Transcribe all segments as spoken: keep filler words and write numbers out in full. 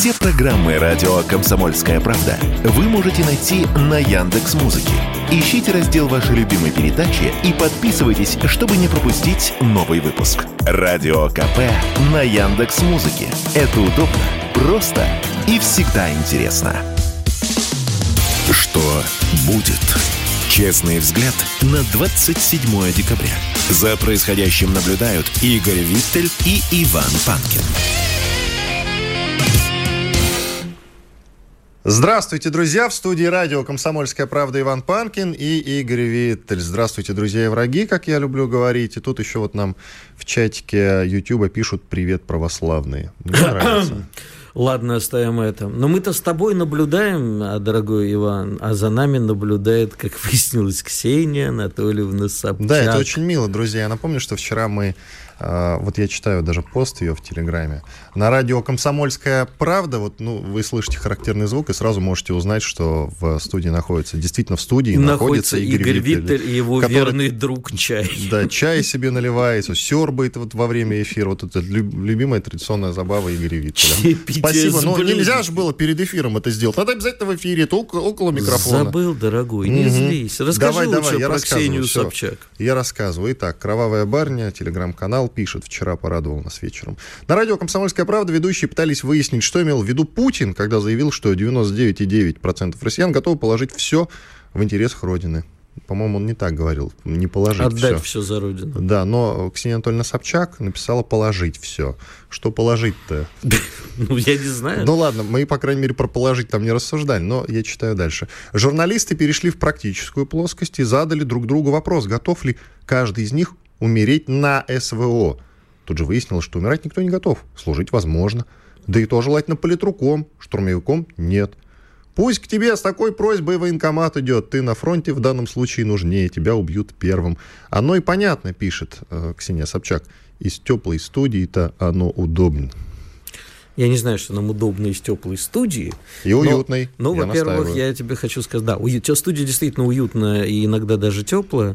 Все программы радио «Комсомольская правда» вы можете найти на Яндекс.Музыке. Ищите раздел вашей любимой передачи и подписывайтесь, чтобы не пропустить новый выпуск. Радио КП на Яндекс.Музыке. Это удобно, просто и всегда интересно. Что будет? Честный взгляд на двадцать седьмое декабря. За происходящим наблюдают Игорь Виттель и Иван Панкин. Здравствуйте, друзья! В студии радио «Комсомольская правда» Иван Панкин и Игорь Виттель. Здравствуйте, друзья и враги, как я люблю говорить. И тут еще вот нам в чатике Ютуба пишут «Привет, православные». Мне нравится. Ладно, оставим это. Но мы-то с тобой наблюдаем, дорогой Иван, а за нами наблюдает, как выяснилось, Ксения Анатольевна Собчак. Да, это очень мило, друзья. Я напомню, что вчера мы... Вот я читаю даже пост ее в Телеграме. На радио «Комсомольская правда», вот, ну, вы слышите характерный звук и сразу можете узнать, что в студии находится, действительно в студии находится, находится Игорь, Игорь Виттель и его который, верный друг чай. Да, чай себе наливается, сербает вот во время эфира. Вот это любимая традиционная забава Игоря Виттеля. Спасибо. Но нельзя же было перед эфиром это сделать. Надо обязательно в эфире, это около, около микрофона. Забыл, дорогой, не угу. злись. Расскажи давай, лучше давай, я про Ксению все. Собчак. Я рассказываю. Итак, «Кровавая барыня», телеграм-канал, пишет: вчера порадовал нас вечером. На радио «Комсомольская правда» ведущие пытались выяснить, что имел в виду Путин, когда заявил, что девяносто девять целых девять десятых процента россиян готовы положить все в интересах Родины. По-моему, он не так говорил, не положить Отдать все. Отдать все за Родину. Да, но Ксения Анатольевна Собчак написала «положить все». Что положить-то? Ну, я не знаю. Ну, ладно, мы, по крайней мере, про положить там не рассуждали, но я читаю дальше. Журналисты перешли в практическую плоскость и задали друг другу вопрос, готов ли каждый из них умереть на СВО. Тут же выяснилось, что умирать никто не готов, служить возможно. Да и то желательно политруком, штурмовиком нет. Пусть к тебе с такой просьбой военкомат идет, ты на фронте в данном случае нужнее, тебя убьют первым. Оно и понятно, пишет э, Ксения Собчак, из теплой студии-то оно удобно. Я не знаю, что нам удобно из теплой студии. И уютной. Но, но во-первых, настаиваю. Я тебе хочу сказать, да, уют, студия действительно уютная и иногда даже теплая.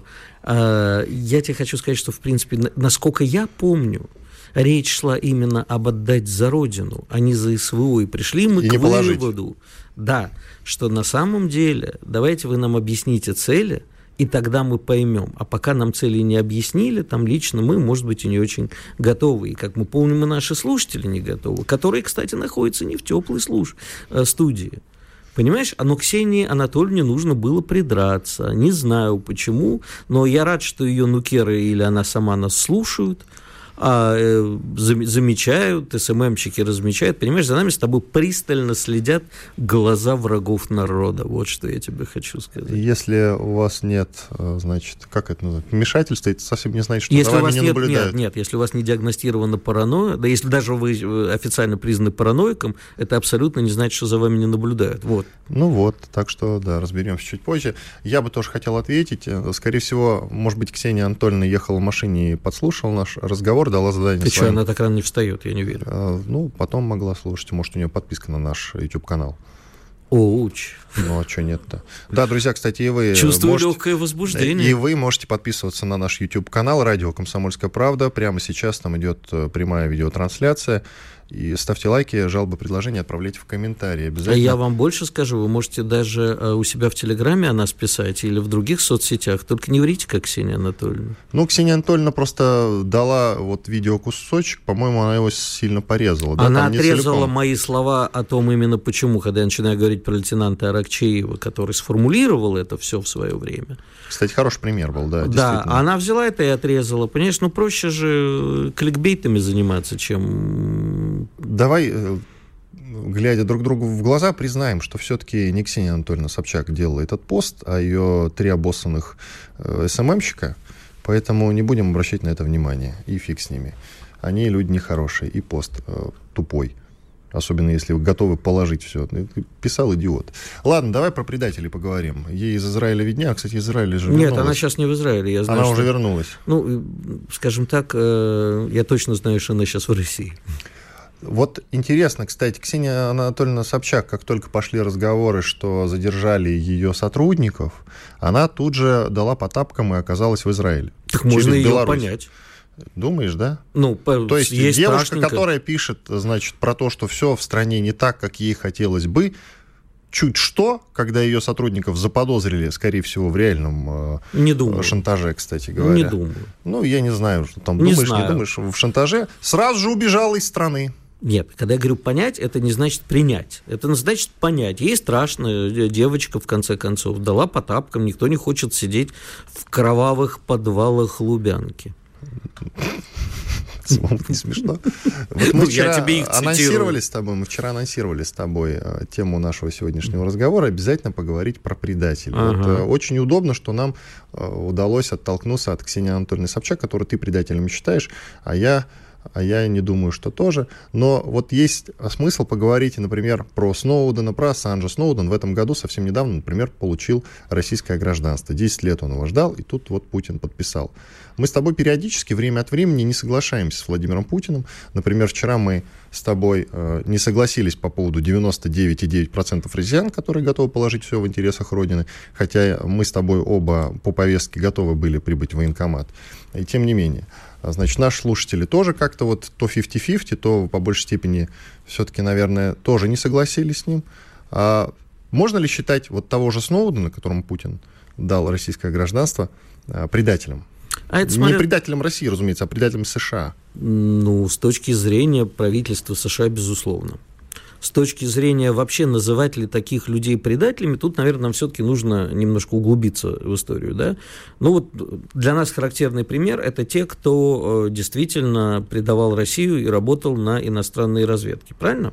А, я тебе хочу сказать, что, в принципе, насколько я помню, речь шла именно об отдать за Родину, а не за СВО. И пришли мы и к выводу, да, что на самом деле, давайте вы нам объясните цели, и тогда мы поймем. А пока нам цели не объяснили, там лично мы, может быть, и не очень готовы. И, как мы помним, и наши слушатели не готовы, которые, кстати, находятся не в теплой служ... студии. Понимаешь? А но Ксении Анатольевне нужно было придраться. Не знаю почему, но я рад, что ее нукеры или она сама нас слушают, а, э, замечают, СММщики размечают. Понимаешь, за нами с тобой пристально следят глаза врагов народа. Вот что я тебе хочу сказать. Если у вас нет, значит, как это называется, вмешательства, это совсем не значит, что если за у вами вас не нет, наблюдают. Нет, нет, если у вас не диагностирована паранойя, да если даже вы официально признаны параноиком, это абсолютно не значит, что за вами не наблюдают. Вот. Ну вот, так что, да, разберемся чуть позже. Я бы тоже хотел ответить. Скорее всего, может быть, Ксения Анатольевна ехала в машине и подслушала наш разговор, дала задание Ты своим... что, она так рано не встает, я не верю. А, ну, потом могла слушать. Может, у нее подписка на наш YouTube-канал. Оуч. Ну, а что нет-то? Да, друзья, кстати, и вы... Чувствую можете... легкое возбуждение. И вы можете подписываться на наш YouTube-канал «Радио Комсомольская правда». Прямо сейчас там идет прямая видеотрансляция. И ставьте лайки, жалобы, предложения отправляйте в комментарии. Обязательно. Я вам больше скажу, вы можете даже у себя в Телеграме о нас писать или в других соцсетях, только не врите, как Ксения Анатольевна. Ну, Ксения Анатольевна просто дала вот видео кусочек, по-моему, она его сильно порезала. Да? Она там отрезала целиком. мои слова о том именно почему, когда я начинаю говорить про лейтенанта Аракчеева, который сформулировал это все в свое время. Кстати, хороший пример был, да, Да, она взяла это и отрезала. Понимаешь, ну проще же кликбейтами заниматься, чем... Давай, глядя друг другу в глаза, признаем, что все-таки не Ксения Анатольевна Собчак делала этот пост, а ее три обоссанных СММщика, поэтому не будем обращать на это внимание, и фиг с ними. Они люди нехорошие, и пост тупой. Особенно, если вы готовы положить все. Писал идиот. Ладно, давай про предателей поговорим. Ей из Израиля виднее. А, кстати, Израиль же вернулась. Нет, она сейчас не в Израиле. Я знаю, она что... уже вернулась. Ну, скажем так, я точно знаю, что она сейчас в России. Вот интересно, кстати, Ксения Анатольевна Собчак, как только пошли разговоры, что задержали ее сотрудников, она тут же дала по тапкам и оказалась в Израиле. Так можно ее понять. Думаешь, да? Ну, то есть, есть девушка, страшненько. которая пишет, значит, про то, что все в стране не так, как ей хотелось бы, чуть что, когда ее сотрудников заподозрили, скорее всего, в реальном не э, шантаже, кстати говоря. Не думаю. Ну, я не знаю, что там не думаешь, знаю. не думаешь, в шантаже, сразу же убежала из страны. Нет, когда я говорю понять, это не значит принять. Это значит понять. Ей страшно, девочка, в конце концов, дала по тапкам, никто не хочет сидеть в кровавых подвалах Лубянки. Самому не смешно. Вот мы вчера анонсировали с тобой, мы вчера анонсировали с тобой тему нашего сегодняшнего разговора, обязательно поговорить про предателей. Ага. Вот, очень удобно, что нам удалось оттолкнуться от Ксении Анатольевны Собчак, которую ты предателем считаешь, а я... а я не думаю, что тоже. Но вот есть смысл поговорить, например, про Сноудена, про Ассанжа. Сноуден в этом году совсем недавно, например, получил российское гражданство. десять лет он его ждал, и тут вот Путин подписал. Мы с тобой периодически, время от времени, не соглашаемся с Владимиром Путиным. Например, вчера мы с тобой э, не согласились по поводу девяносто девять целых девять десятых процента россиян, которые готовы положить все в интересах Родины, хотя мы с тобой оба по повестке готовы были прибыть в военкомат. И тем не менее. Значит, наши слушатели тоже как-то вот то пятьдесят на пятьдесят, то по большей степени все-таки, наверное, тоже не согласились с ним. А можно ли считать вот того же Сноудена, которому Путин дал российское гражданство, предателем? А это, не смотря... предателем России, разумеется, а предателем США. Ну, с точки зрения правительства США, безусловно. С точки зрения вообще называть ли таких людей предателями, тут, наверное, нам все-таки нужно немножко углубиться в историю. Да? Ну вот для нас характерный пример – это те, кто действительно предавал Россию и работал на иностранные разведки. Правильно?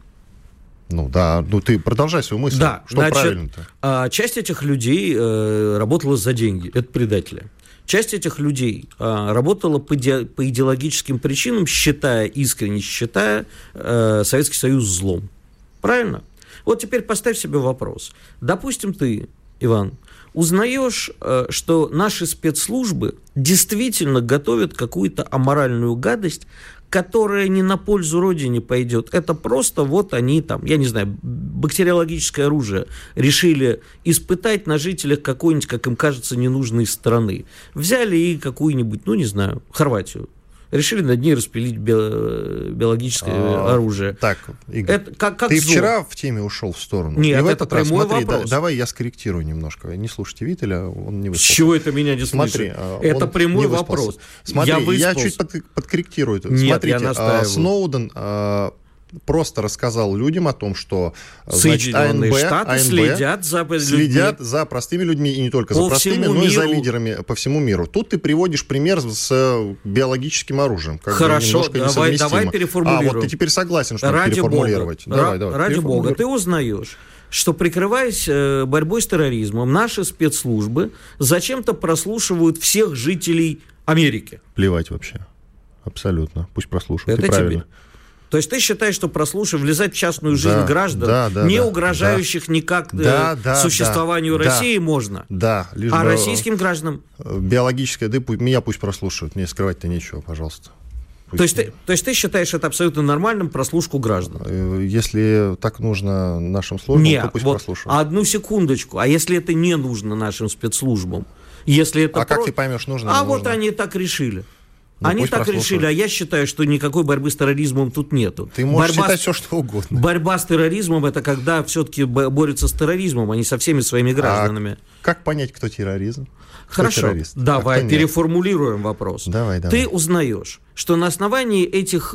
Ну да, ну ты продолжай свою мысль. Да, что значит, правильно-то? Часть этих людей э, работала за деньги, это предатели. Часть этих людей а, работала по, иде, по идеологическим причинам, считая, искренне считая э, Советский Союз злом. Правильно? Вот теперь поставь себе вопрос. Допустим, ты, Иван, узнаешь, э, что наши спецслужбы действительно готовят какую-то аморальную гадость, которая не на пользу Родине пойдет. Это просто вот они там, я не знаю, бактериологическое оружие решили испытать на жителях какой-нибудь, как им кажется, ненужной страны. Взяли и какую-нибудь, ну не знаю, Хорватию. Решили над ней распилить био- биологическое а, оружие. Так, Игорь, это, как, как ты зон. вчера в теме ушел в сторону. Нет, и в это этот раз, прямой смотри, вопрос. Да, давай я скорректирую немножко. Не слушайте Виталя, он не С выспался. чего это меня не слышит? Смотри, это прямой вопрос. Смотри, я, я чуть под, подкорректирую. Нет, Смотрите, я а, Сноуден а, просто рассказал людям о том, что значит, Соединенные АНБ, Штаты АНБ следят за следят за простыми людьми, и не только по за простыми, но миру. и за лидерами по всему миру. Тут ты приводишь пример с биологическим оружием. Как Хорошо, давай, давай переформулируем. А, вот ты теперь согласен, что ради переформулировать. Бога, давай, давай, ради Бога, ты узнаешь, что, прикрываясь э, борьбой с терроризмом, наши спецслужбы зачем-то прослушивают всех жителей Америки. Плевать вообще. Абсолютно. Пусть прослушивают. Это ты тебе. Правильно. То есть ты считаешь, что прослушав, влезать в частную жизнь да, граждан, да, да, не да, угрожающих да, никак да, э, да, существованию да, России, да, можно? Да. Лишь а бы российским гражданам? Биологическое, да, пусть, меня пусть прослушают. Мне скрывать-то нечего, пожалуйста. Пусть... То есть, ты, то есть ты считаешь это абсолютно нормальным, прослушку граждан? Если так нужно нашим службам, Нет, то пусть вот прослушают. Одну секундочку. А если это не нужно нашим спецслужбам? Если это а про... как ты поймешь, нужно А или вот нужно? они так решили. Ну, Они так решили, а я считаю, что никакой борьбы с терроризмом тут нету. Ты можешь борьба считать с... все, что угодно. Борьба с терроризмом — это когда все-таки борются с терроризмом, а не со всеми своими гражданами. А как понять, кто терроризм? Кто Хорошо, террорист? давай а переформулируем вопрос. Давай, давай. Ты узнаешь, что на основании этих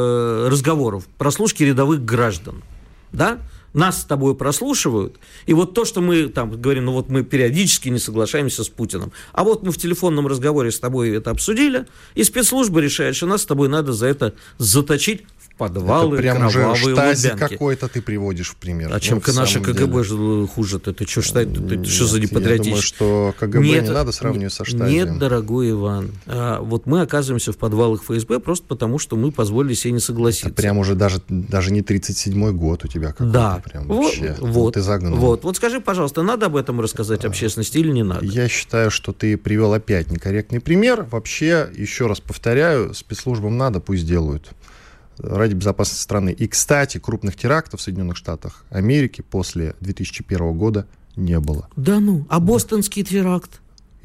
э, разговоров, прослушки рядовых граждан, да, нас с тобой прослушивают, и вот то, что мы там говорим, ну вот мы периодически не соглашаемся с Путиным, а вот мы в телефонном разговоре с тобой это обсудили, и спецслужба решает, что нас с тобой надо за это заточить в подвалы, это прям кровавые уже штази Лубянки. какой-то ты приводишь в пример. А чем ну, наши КГБ деле. хуже? Это что, что, это, Нет, что за непатриотичность? Я думаю, что КГБ нет, не надо сравнивать со штази. Нет, дорогой Иван. А, вот мы оказываемся в подвалах ФСБ просто потому, что мы позволили себе не согласиться. Это прям уже даже, даже не тридцать седьмой год у тебя какой-то. Да. Прям вот, вообще. Вот, ты загнул. Вот. вот скажи, пожалуйста, надо об этом рассказать а, общественности или не надо? Я считаю, что ты привел опять некорректный пример. Вообще, еще раз повторяю, спецслужбам надо, пусть делают. Ради безопасности страны. И, кстати, крупных терактов в Соединенных Штатах Америки после две тысячи первого года не было. Да ну, а бостонский теракт?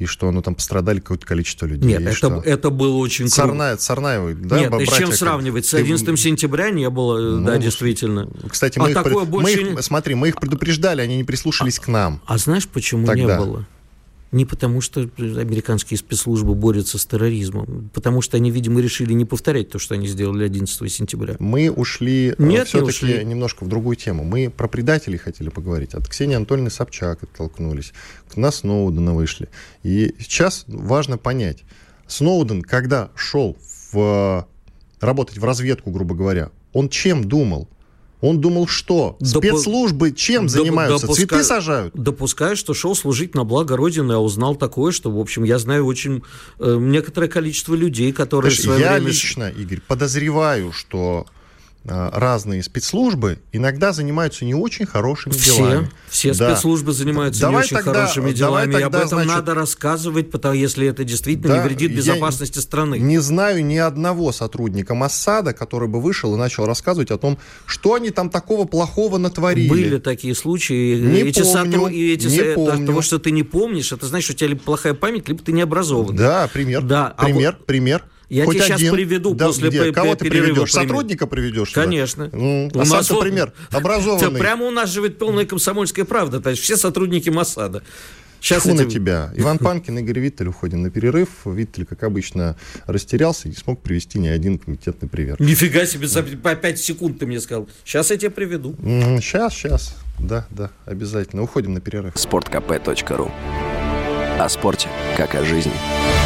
и что ну, там пострадали какое-то количество людей. Нет, это, что... это было очень круто. Царнаев, Царнаевы, да? Нет, братья, с чем как... сравнивать? С Ты... одиннадцатого сентября не было, ну, да, действительно. Кстати, мы, а их, такое мы больше... их, смотри, мы их предупреждали, они не прислушались а, к нам. А знаешь, почему Тогда. не было? Не потому, что американские спецслужбы борются с терроризмом, потому что они, видимо, решили не повторять то, что они сделали одиннадцатого сентября. Мы ушли Нет, все-таки не ушли. немножко в другую тему. Мы про предателей хотели поговорить. От Ксении Анатольевны Собчак оттолкнулись, на Сноудена вышли. И сейчас важно понять. Сноуден, когда шел в... работать в разведку, грубо говоря, он чем думал? Он думал, что Допу... спецслужбы чем занимаются? Допуска... Цветы сажают? Допускаю, что шел служить на благо Родины, а узнал такое, что, в общем, я знаю очень э, некоторое количество людей, которые Знаешь, в свое я время... лично, Игорь, подозреваю, что э, разные спецслужбы иногда занимаются не очень хорошими все, делами. Все да. спецслужбы занимаются давай не очень тогда, хорошими делами, тогда, и об этом значит, надо рассказывать, потому, если это действительно да, не вредит безопасности я страны. Не знаю ни одного сотрудника Моссада, который бы вышел и начал рассказывать о том, что они там такого плохого натворили. Были такие случаи. Не эти помню, сотру... и эти не со... помню. Того, что ты не помнишь, это значит, что у тебя либо плохая память, либо ты не образован. Да, пример. Да, пример, а пример. Я Хоть тебе сейчас один. приведу да, после где? п- Кого ты перерыва приведешь? пример. Сотрудника приведешь? Конечно. Ну, У а нас сам, вот... например, образованный. Прямо у нас живет полная комсомольская правда. То есть все сотрудники Моссада. Сейчас Фу эти... на тебя. Иван Панкин, Игорь Виттель, уходим на перерыв. Виттель, как обычно, растерялся и не смог привести ни один комитетный пример. Нифига себе, за по пять секунд ты мне сказал. Сейчас я тебе приведу. Сейчас, сейчас. Да, да, обязательно. Уходим на перерыв. спорт кэ пэ точка ру. О спорте, как о жизни.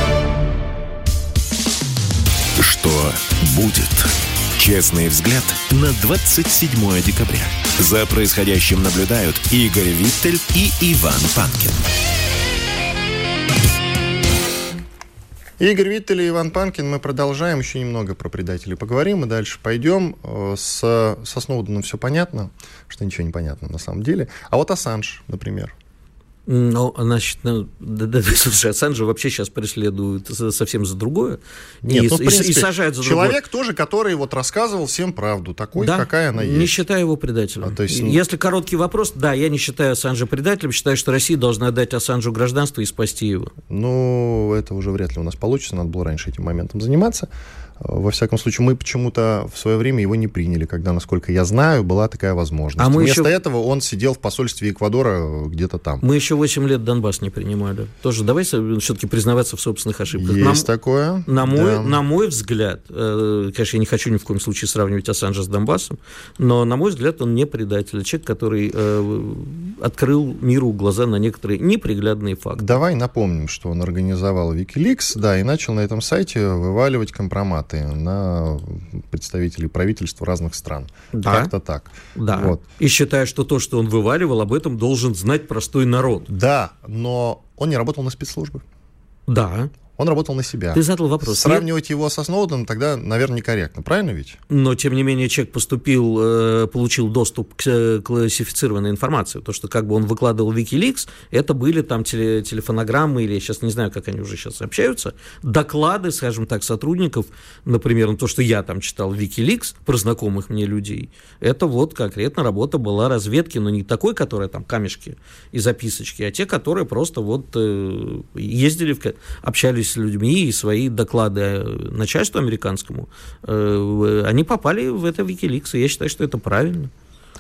Что будет? Честный взгляд на двадцать седьмое декабря. За происходящим наблюдают Игорь Виттель и Иван Панкин. Игорь Виттель и Иван Панкин. Мы продолжаем. Еще немного про предателей поговорим. И дальше пойдем. С, со Сноуденом все понятно, что ничего не понятно на самом деле. А вот Ассанж, например. Ну, значит, ну, да, да, слушай, Ассанжа вообще сейчас преследуют совсем за другое. Нет, и, ну, в принципе, и, и сажают за человек другое. тоже, который вот рассказывал всем правду, такой, да, какая она есть. Не считаю его предателем. А, то есть... Если короткий вопрос, да, я не считаю Ассанжа предателем, считаю, что Россия должна дать Ассанжу гражданство и спасти его. Ну, это уже вряд ли у нас получится, надо было раньше этим моментом заниматься. Во всяком случае, мы почему-то в свое время его не приняли, когда, насколько я знаю, была такая возможность. А мы Вместо еще... этого он сидел в посольстве Эквадора где-то там. Мы еще восемь лет Донбасс не принимали. Тоже давай все-таки признаваться в собственных ошибках. Есть на... такое. На мой, да. на мой взгляд, э, конечно, я не хочу ни в коем случае сравнивать Ассанжа с Донбассом, но, на мой взгляд, он не предатель. Человек, который э, открыл миру глаза на некоторые неприглядные факты. Давай напомним, что он организовал Wikileaks, да, и начал на этом сайте вываливать компроматы на представителей правительств разных стран. Да. Как-то так. Да. Вот. И считаю, что то, что он вываливал, об этом должен знать простой народ. Да, но он не работал на спецслужбы. Да. Он работал на себя. Ты задал вопрос. Сравнивать его со Сноуденом тогда, наверное, некорректно. Правильно ведь? Но, тем не менее, человек поступил, э, получил доступ к классифицированной информации. То, что как бы он выкладывал в Wikileaks, это были там теле, телефонограммы, или я сейчас не знаю, как они уже сейчас общаются, доклады, скажем так, сотрудников, например, то, что я там читал в Wikileaks про знакомых мне людей, это вот конкретно работа была разведки, но не такой, которая там камешки и записочки, а те, которые просто вот э, ездили, в, общались с людьми и свои доклады начальству американскому, э, они попали в это Wikileaks, и я считаю, что это правильно.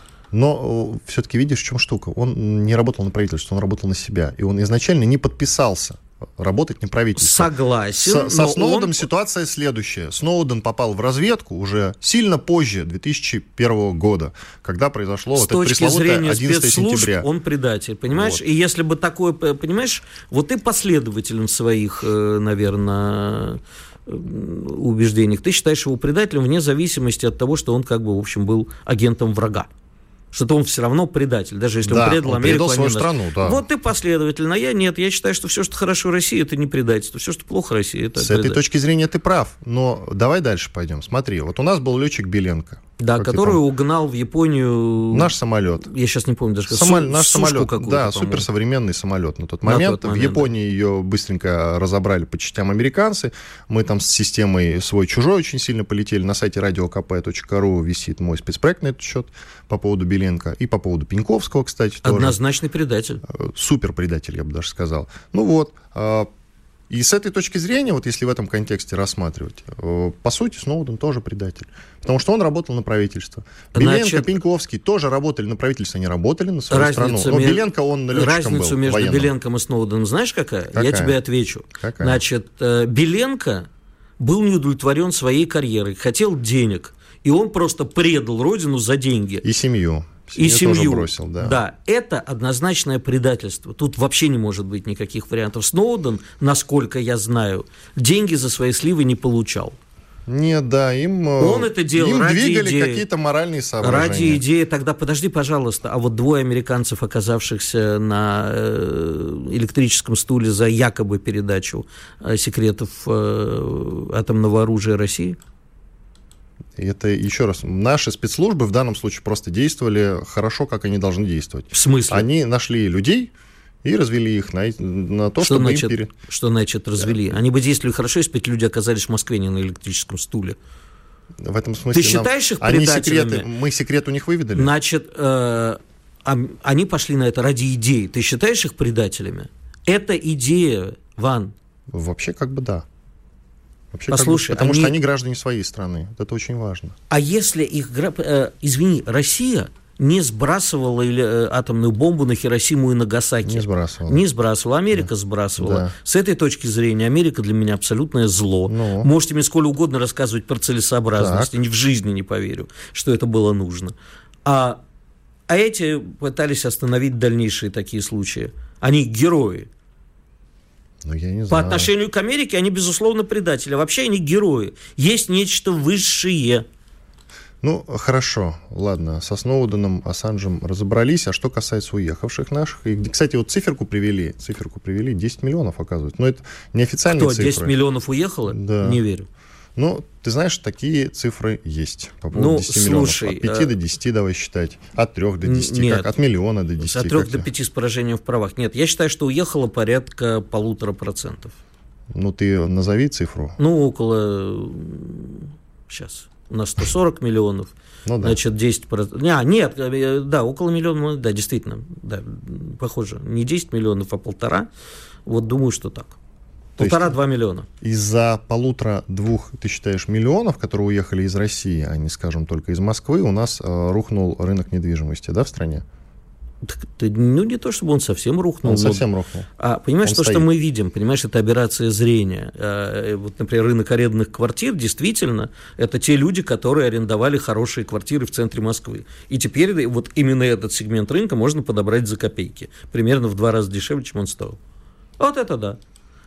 Но все-таки видишь, в чем штука. Он не работал на правительство, он работал на себя. И он изначально не подписался работать на правительство. Согласен. С, со Сноуденом он... ситуация следующая. Сноуден попал в разведку уже сильно позже, две тысячи первого года, когда произошло с вот это пресловутое одиннадцатое сентября. Он предатель, понимаешь? Вот. И если бы такое, понимаешь, вот ты последователен в своих, наверное, убеждениях. Ты считаешь его предателем вне зависимости от того, что он как бы, в общем, был агентом врага. Что-то он все равно предатель, даже если да, он предал он Америку. предал свою страну, да. Вот ты последовательно, а я нет. Я считаю, что все, что хорошо России, это не предательство. Все, что плохо России, это С предательство. этой точки зрения ты прав. Но давай дальше пойдем. Смотри, вот у нас был летчик Беленко. Да, который угнал в Японию... Наш самолет. Я сейчас не помню даже. Самоль... Су... Наш самолет, да, по-моему. суперсовременный самолет на тот момент. На тот момент в Японии да. ее быстренько разобрали по частям американцы. Мы там с системой свой-чужой очень сильно полетели. На сайте радио ка пэ точка ру висит мой спецпроект на этот счет по поводу Беленко. Беленко, и по поводу Пеньковского, кстати, тоже. Однозначный предатель. Супер предатель, я бы даже сказал. Ну вот, и с этой точки зрения, вот если в этом контексте рассматривать, по сути, Сноуден тоже предатель. Потому что он работал на правительство. Беленко, Значит, Пеньковский тоже работали на правительство, они работали на свою страну. Но между, Беленко, он летчиком разницу был, между военным. Беленком и Сноуденом знаешь какая? какая? Я тебе отвечу. Какая? Значит, Беленко был неудовлетворен своей карьерой, хотел денег, и он просто предал родину за деньги. И семью. И семью. Тоже бросил, да. Да, это однозначное предательство. Тут вообще не может быть никаких вариантов. Сноуден, насколько я знаю, деньги за свои сливы не получал. Нет, да, им, Он это делал им ради двигали идеи. какие-то моральные соображения. Ради идеи. Тогда подожди, пожалуйста, а вот двое американцев, оказавшихся на электрическом стуле за якобы передачу секретов атомного оружия России? Это, еще раз, наши спецслужбы в данном случае просто действовали хорошо, как они должны действовать. В смысле? Они нашли людей и развели их на, на то, что чтобы значит, им пере... Что значит развели? Они бы действовали хорошо, если бы эти люди оказались в Москве не на электрическом стуле. В этом смысле Ты считаешь нам... их предателями? Они секреты... Мы секрет у них выведали? Значит, э, они пошли на это ради идеи. Ты считаешь их предателями? Это идея, Ван. Вообще как бы да. Вообще, Послушай, как бы, потому они... что они граждане своей страны. Это очень важно. А если их... Э, извини, Россия не сбрасывала или, э, атомную бомбу на Хиросиму и Нагасаки? Не сбрасывала. Не сбрасывала. Америка да. сбрасывала. Да. С этой точки зрения Америка для меня абсолютное зло. Ну. Можете мне сколь угодно рассказывать про целесообразность. Я ни в жизни не поверю, что это было нужно. А, а эти пытались остановить дальнейшие такие случаи. Они герои. Ну, я не По знаю. отношению к Америке они, безусловно, предатели. Вообще они герои. Есть нечто высшее. Ну, хорошо, ладно, со Сноуденом, Ассанжем разобрались. А что касается уехавших наших, и, кстати, вот циферку привели, циферку привели, десять миллионов, оказывается. Но это неофициальные Кто, цифры. десять миллионов уехало? Да. Не верю. Ну, ты знаешь, такие цифры есть по поводу Ну, десяти миллионов. слушай, От пяти а... до десяти давай считать. От трех до десяти, Нет. как? От миллиона до десяти. От трех как до ты? пяти с поражением в правах. Нет, я считаю, что уехало порядка полутора процентов. Ну, ты назови цифру. Ну, около... Сейчас. У нас сто сорок миллионов. Ну, да. Значит, десять процентов. А, нет, да, около миллиона. Да, действительно. Да, похоже. Не десять миллионов, а полтора. Вот думаю, что так. Полтора-два миллиона. Из-за полутора-двух, ты считаешь, миллионов, которые уехали из России, а не, скажем, только из Москвы, у нас э, рухнул рынок недвижимости, да, в стране? Так, ну, не то, чтобы он совсем рухнул. Он но... совсем рухнул. А, понимаешь, Он то, стоит. что мы видим, понимаешь, это операция зрения. А, вот, например, рынок арендных квартир, действительно, это те люди, которые арендовали хорошие квартиры в центре Москвы. И теперь вот именно этот сегмент рынка можно подобрать за копейки. Примерно в два раза дешевле, чем он стоил. Вот это да.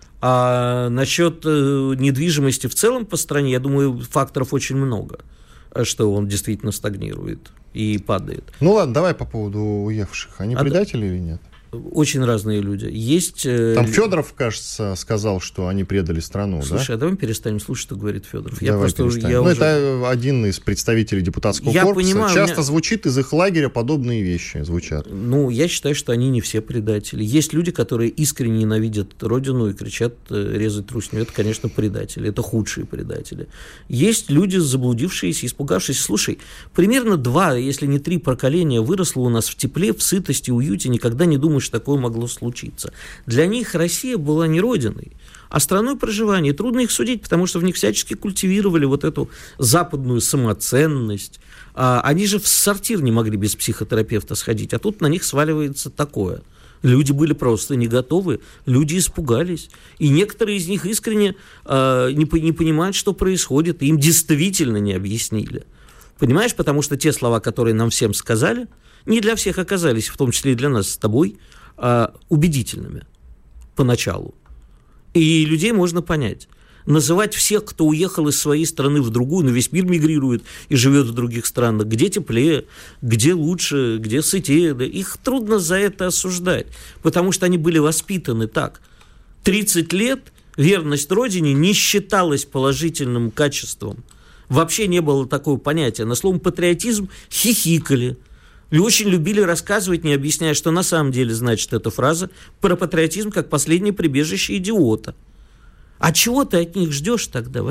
А насчет э, недвижимости в целом по стране, я думаю, факторов очень много, что он действительно стагнирует и падает. Ну ладно, давай по поводу уехавших. Они А предатели или нет? Очень разные люди. Есть... э, Там Федоров, кажется, сказал, что они предали страну, Слушай, да? а давай перестанем слушать, что говорит Федоров. Я Давай просто уже, перестанем. я Ну, уже... это один из представителей депутатского Я корпуса. понимаю, Часто у меня- звучит из их лагеря подобные вещи. Звучат. Ну, я считаю, что они не все предатели. Есть люди, которые искренне ненавидят родину и кричат э, резать трусню. Это, конечно, предатели. Это худшие предатели. Есть люди, заблудившиеся, испугавшиеся. Слушай, примерно два, если не три поколения выросло у нас в тепле, в сытости, уюте. Никогда не думаешь, что такое могло случиться. Для них Россия была не родиной, а страной проживания. Трудно их судить, потому что в них всячески культивировали вот эту западную самоценность. А, они же в сортир не могли без психотерапевта сходить, а тут на них сваливается такое. Люди были просто не готовы, люди испугались. И некоторые из них искренне э, не, не понимают, что происходит, и им действительно не объяснили. Понимаешь, потому что те слова, которые нам всем сказали, не для всех оказались, в том числе и для нас с тобой, э, убедительными поначалу. И людей можно понять. Называть всех, кто уехал из своей страны в другую, но весь мир мигрирует и живет в других странах, где теплее, где лучше, где сытее, да, их трудно за это осуждать, потому что они были воспитаны так. тридцать лет верность родине не считалась положительным качеством. Вообще не было такого понятия. На словом патриотизм хихикали. И очень любили рассказывать, не объясняя, что на самом деле значит эта фраза, про патриотизм как последнее прибежище идиота. А чего ты от них ждешь тогда, Вань?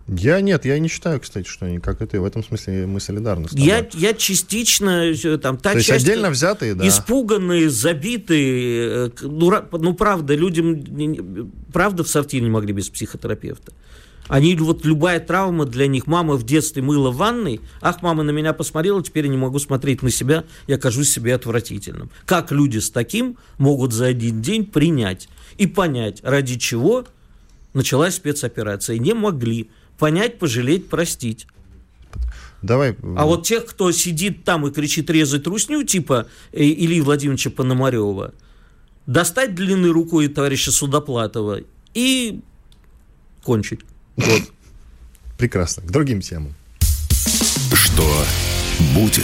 Я нет, я не считаю, кстати, что они как и ты. В этом смысле мы солидарны с тобой. Я, я частично, там, та То есть часть, отдельно взятые, да. Испуганные, забитые. Ну, ну, правда, людям, правда, в сортире не могли без психотерапевта. Они, вот любая травма для них. Мама в детстве мыла в ванной. Ах, мама на меня посмотрела, теперь я не могу смотреть на себя, я кажусь себе отвратительным. Как люди с таким могут за один день принять и понять, ради чего началась спецоперация? Не могли. Понять, пожалеть, простить. Давай. А вот тех, кто сидит там и кричит резать русню, типа Ильи Владимировича Пономарева, достать длинной рукой товарища Судоплатова и кончить. Вот. Прекрасно. К другим темам. Что будет?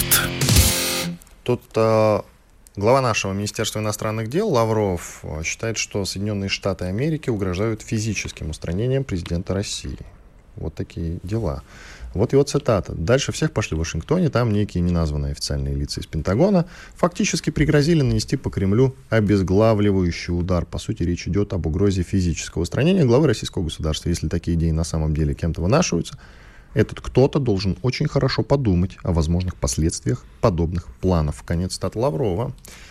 Тут а, глава нашего Министерства иностранных дел Лавров считает, что Соединенные Штаты Америки угрожают физическим устранением президента России. Вот такие дела. Вот его цитата. Дальше всех пошли в Вашингтоне, там некие неназванные официальные лица из Пентагона фактически пригрозили нанести по Кремлю обезглавливающий удар. По сути, речь идет об угрозе физического устранения главы российского государства. Если такие идеи на самом деле кем-то вынашиваются, этот кто-то должен очень хорошо подумать о возможных последствиях подобных планов. Конец цитаты Лаврова.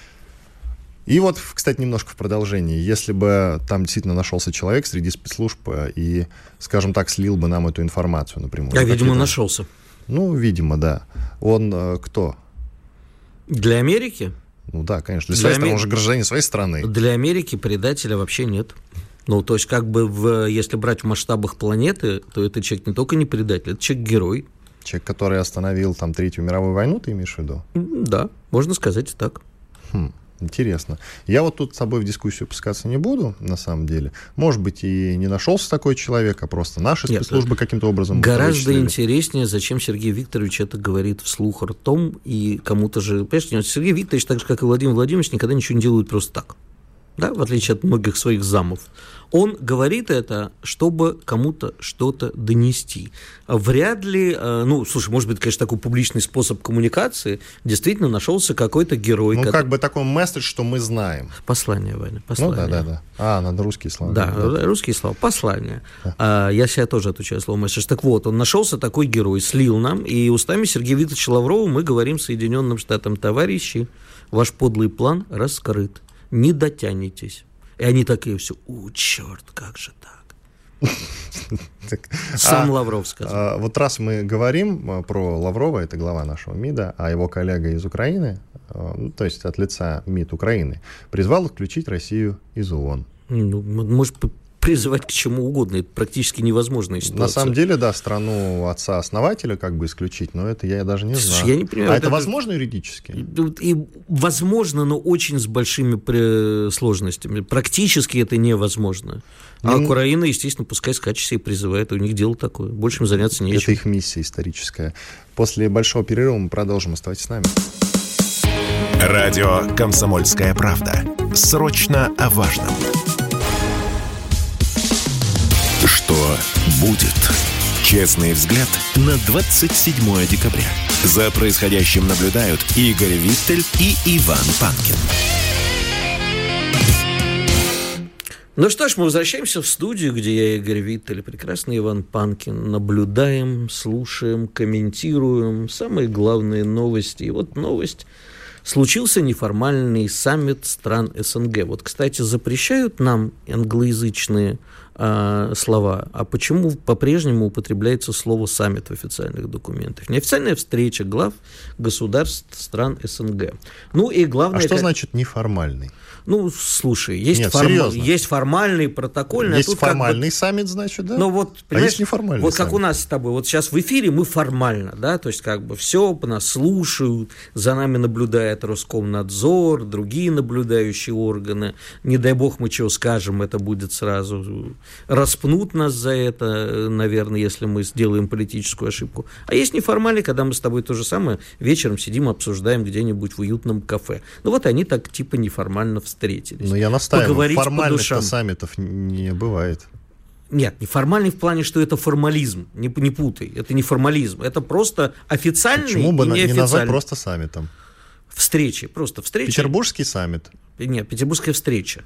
И вот, кстати, немножко в продолжении. Если бы там действительно нашелся человек среди спецслужб и, скажем так, слил бы нам эту информацию напрямую. А, видимо, это... нашелся. Ну, видимо, да. Он э, кто? Для Америки? Ну да, конечно. Для, Для своей Ами... страны, он же гражданин своей страны. Для Америки предателя вообще нет. Ну, то есть, как бы, в, если брать в масштабах планеты, то это человек не только не предатель, это человек-герой. Человек, который остановил там Третью мировую войну, ты имеешь в виду? Да, можно сказать и так. Хм. Интересно. Я вот тут с тобой в дискуссию пускаться не буду, на самом деле. Может быть, и не нашелся такой человек, а просто наши спецслужбы Нет, каким-то образом... Гораздо вычислили. Интереснее, зачем Сергей Викторович это говорит вслух ртом, и кому-то же... Понимаешь, Сергей Викторович, так же, как и Владимир Владимирович, никогда ничего не делают просто так. Да, в отличие от многих своих замов. Он говорит это, чтобы кому-то что-то донести. Вряд ли, ну, слушай, может быть, конечно, такой публичный способ коммуникации, действительно нашелся какой-то герой. Ну, который... как бы такой месседж, что мы знаем. Послание, Ваня, послание. Ну, да, да, да. А, надо русские слова. Да, да. русские слова, послание. Да. А, я себя тоже отвечаю слово месседж. Так вот, он нашелся такой герой, слил нам, и устами Сергея Викторовича Лаврова мы говорим Соединенным Штатам: товарищи, ваш подлый план раскрыт. Не дотянетесь. И они такие все: у, черт, как же так? Сам Лавров сказал. Вот раз мы говорим про Лаврова, это глава нашего МИДа, а его коллега из Украины, то есть от лица МИД Украины, призвал исключить Россию из ООН. Ну, может, призывать к чему угодно. Это практически невозможная ситуация. На самом деле, да, страну отца-основателя как бы исключить, но это я даже не Слушай, знаю. Я не понимаю, а это, это возможно юридически? И, и возможно, но очень с большими сложностями. Практически это невозможно. А не... Украина, естественно, пускай скачется и призывает. У них дело такое. Больше им заняться нечем. Это их миссия историческая. После большого перерыва мы продолжим. Оставайтесь с нами. Радио «Комсомольская правда». Срочно о важном. Что будет? Честный взгляд на двадцать седьмое декабря. За происходящим наблюдают Игорь Виттель и Иван Панкин. Ну что ж, мы возвращаемся в студию, где я, Игорь Виттель, прекрасный Иван Панкин. Наблюдаем, слушаем, комментируем самые главные новости. И вот новость. Случился неформальный саммит стран СНГ. Вот, кстати, запрещают нам англоязычные э, слова. А почему по-прежнему употребляется слово «саммит» в официальных документах? Неофициальная встреча глав государств стран СНГ. Ну и главное... А что как... значит неформальный? Ну, слушай, есть, Нет, форма... есть формальный, протокольный. Есть а тут формальный как бы... саммит, значит, да? Ну, вот, а есть неформальный вот саммит. Как у нас с тобой. Вот сейчас в эфире мы формально, да, то есть как бы все, нас слушают, за нами наблюдает Роскомнадзор, другие наблюдающие органы. Не дай бог мы чего скажем, это будет сразу... Распнут нас за это, наверное, если мы сделаем политическую ошибку. А есть неформальный, когда мы с тобой то же самое вечером сидим, обсуждаем где-нибудь в уютном кафе. Ну, вот они так типа неформально встретились. Но я настаиваю, формальных-то саммитов не бывает. Нет, неформальный в плане, что это формализм. Не, не путай, это не формализм. Это просто официальный Почему бы и неофициальный. не назвать просто саммитом? Встречи, просто встречи. Петербургский саммит. Нет, петербургская встреча.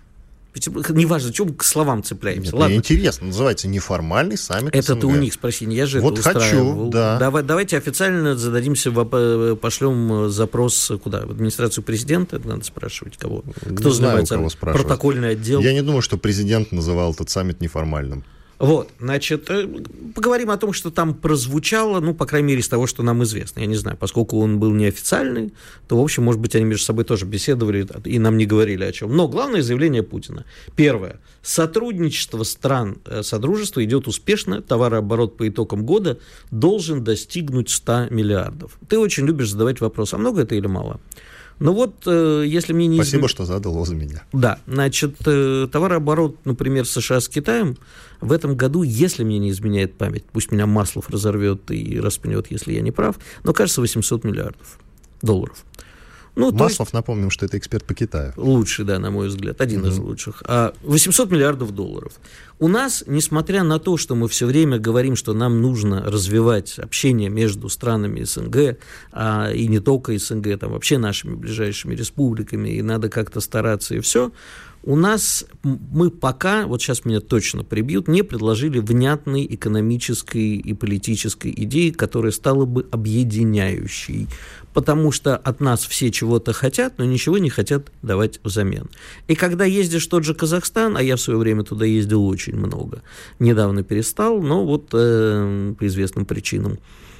Неважно, чем к словам цепляемся. Нет, Ладно. Интересно, называется неформальный саммит Это СНГ. ты у них спроси, я же вот это устраивал. хочу, да. Давай, давайте официально зададимся, пошлем запрос куда? В администрацию президента, это надо спрашивать кого? Кто не знаю, занимается? кого спрашивать. Протокольный отдел. Я не думаю, что президент называл этот саммит неформальным. Вот, значит, поговорим о том, что там прозвучало, ну, по крайней мере, из того, что нам известно. Я не знаю, поскольку он был неофициальный, то, в общем, может быть, они между собой тоже беседовали и нам не говорили о чем. Но главное заявление Путина. Первое. Сотрудничество стран Содружества идет успешно. Товарооборот по итогам года должен достигнуть сто миллиардов. Ты очень любишь задавать вопрос, а много это или мало? Ну вот, э, если мне не... Спасибо, измен... что задал его за меня. Да, значит, э, товарооборот, например, США с Китаем в этом году, если мне не изменяет память, пусть меня Маслов разорвет и распнет, если я не прав, но, кажется, восемьсот миллиардов долларов. Ну, Маслов, есть... напомним, что это эксперт по Китаю. Лучший, да, на мой взгляд, один mm-hmm. из лучших. А восемьсот миллиардов долларов. У нас, несмотря на то, что мы все время говорим, что нам нужно развивать общение между странами СНГ, а, и не только СНГ, там вообще нашими ближайшими республиками, и надо как-то стараться, и все, у нас мы пока, вот сейчас меня точно прибьют, не предложили внятной экономической и политической идеи, которая стала бы объединяющей. Потому что от нас все чего-то хотят, но ничего не хотят давать взамен. И когда ездишь в тот же Казахстан, а я в свое время туда ездил очень много, недавно перестал, но вот э, по известным причинам.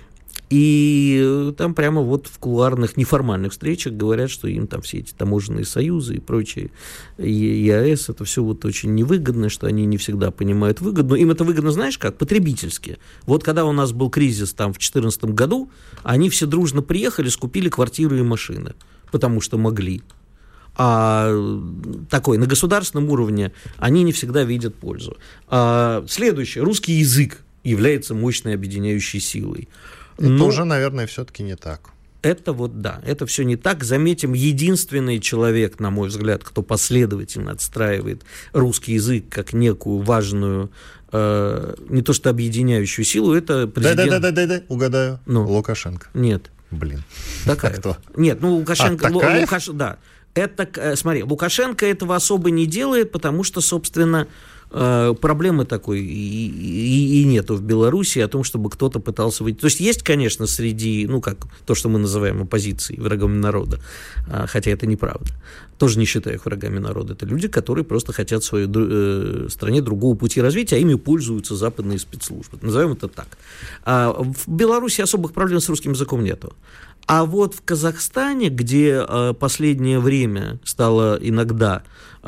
И там прямо вот в кулуарных неформальных встречах говорят, что им там все эти таможенные союзы и прочие, ЕАЭС, это все вот очень невыгодно, что они не всегда понимают выгоду. Им это выгодно, знаешь как? Потребительски. Вот когда у нас был кризис там в две тысячи четырнадцатом году, они все дружно приехали, скупили квартиры и машины, потому что могли. А такой, на государственном уровне они не всегда видят пользу. А следующее. Русский язык является мощной объединяющей силой. Это Но уже, наверное, все-таки не так. Это вот, да, это все не так. Заметим, единственный человек, на мой взгляд, кто последовательно отстраивает русский язык как некую важную, э, не то что объединяющую силу, это президент... Да-да-да, угадаю. Ну. Лукашенко. Нет. Блин. Такаев. Кто? Нет, ну Лукашенко... А, Такаев? Лукаш... Да. Это, смотри, Лукашенко этого особо не делает, потому что, собственно... Проблемы такой и, и, и нету в Беларуси о том, чтобы кто-то пытался выйти. То есть есть, конечно, среди, ну, как то, что мы называем оппозицией, врагами народа, хотя это неправда. Тоже не считаю их врагами народа. Это люди, которые просто хотят в своей э, стране другого пути развития, а ими пользуются западные спецслужбы. Назовем это так. А в Беларуси особых проблем с русским языком нету. А вот в Казахстане, где э, последнее время стало иногда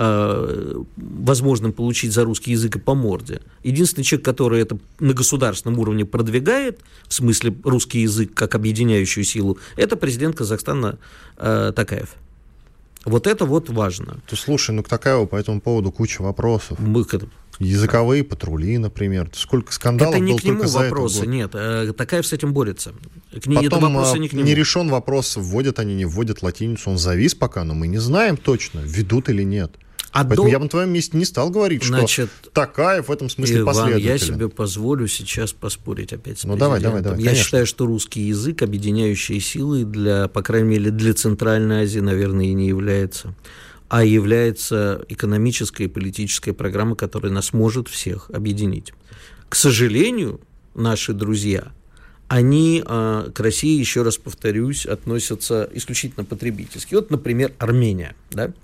э, возможным получить за русский язык и по морде, единственный человек, который это на государственном уровне продвигает, в смысле русский язык как объединяющую силу, это президент Казахстана э, Такаев. Вот это вот важно. Ты слушай, ну к Такаеву по этому поводу куча вопросов. Мы... Языковые патрули, например. Сколько скандалов это не было к нему только за вопросы, этот год. нет. Э, Такаев с этим борется. К ней Потом вопросы не, к нему. не решен вопрос, вводят они, не вводят латиницу. Он завис пока, но мы не знаем точно, введут или нет. А Поэтому до... я бы на твоем месте не стал говорить, Значит, что Такаев в этом смысле Иван, последователь. я себе позволю сейчас поспорить опять с ну, президентом. давай, давай, давай, я конечно. считаю, что русский язык объединяющей силой для, по крайней мере, для Центральной Азии, наверное, и не является, а является экономическая и политическая программа, которая нас может всех объединить. К сожалению, наши друзья, они э, к России, еще раз повторюсь, относятся исключительно потребительски. Вот, например, Армения, да?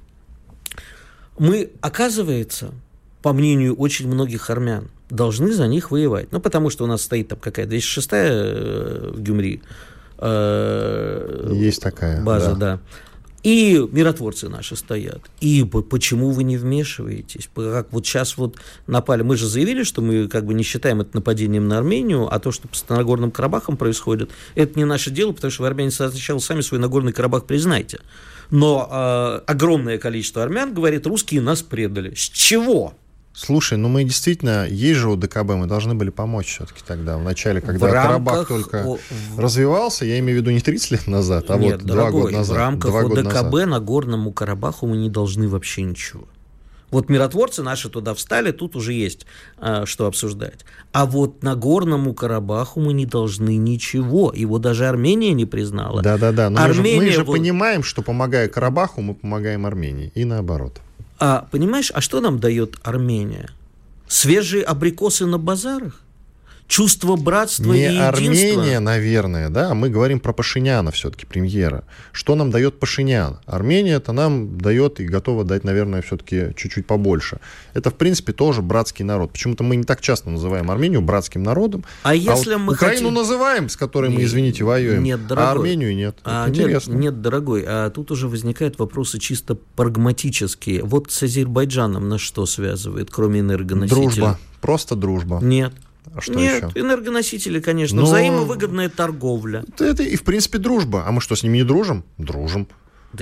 Мы, оказывается, по мнению очень многих армян, должны за них воевать. Ну, потому что у нас стоит там какая-то двести шестая э, в Гюмри э, Есть такая база, да. да. И миротворцы наши стоят. И почему вы не вмешиваетесь? Как вот сейчас вот напали. Мы же заявили, что мы как бы не считаем это нападением на Армению, а то, что с Нагорным Карабахом происходит, это не наше дело, потому что вы, армяне, сначала сами свой Нагорный Карабах признайте. Но э, огромное количество армян говорит, русские нас предали. С чего? Слушай, ну мы действительно, есть же у ДКБ, мы должны были помочь все-таки тогда, в начале, когда в Карабах только о... развивался, я имею в виду не тридцать лет назад, а Нет, вот дорогой, два года назад. В рамках два года ОДКБ назад. Нагорному Карабаху мы не должны вообще ничего. Вот миротворцы наши туда встали, тут уже есть а, что обсуждать. А вот Нагорному Карабаху мы не должны ничего. Его даже Армения не признала. Да-да-да, но Армения мы же, мы же вот... понимаем, что помогая Карабаху, мы помогаем Армении, и наоборот. А понимаешь, а что нам дает Армения? Свежие абрикосы на базарах? Чувство братства не и единства? Армения, наверное, да, мы говорим про Пашиняна все-таки, премьера. Что нам дает Пашинян? Армения это нам дает и готова дать, наверное, все-таки чуть-чуть побольше. Это, в принципе, тоже братский народ. Почему-то мы не так часто называем Армению братским народом. А, если вот мы Украину хотим... называем, с которой мы, извините, воюем, нет, дорогой. А Армению нет. А, это интересно. Нет, нет, дорогой, а тут уже возникают вопросы чисто прагматические. Вот с Азербайджаном нас что связывает, кроме энергоносителей? Дружба, просто дружба. Нет. А что Нет, еще? энергоносители, конечно. Но... Взаимовыгодная торговля. Это и, в принципе, дружба. А мы что, с ними не дружим? Дружим. Да,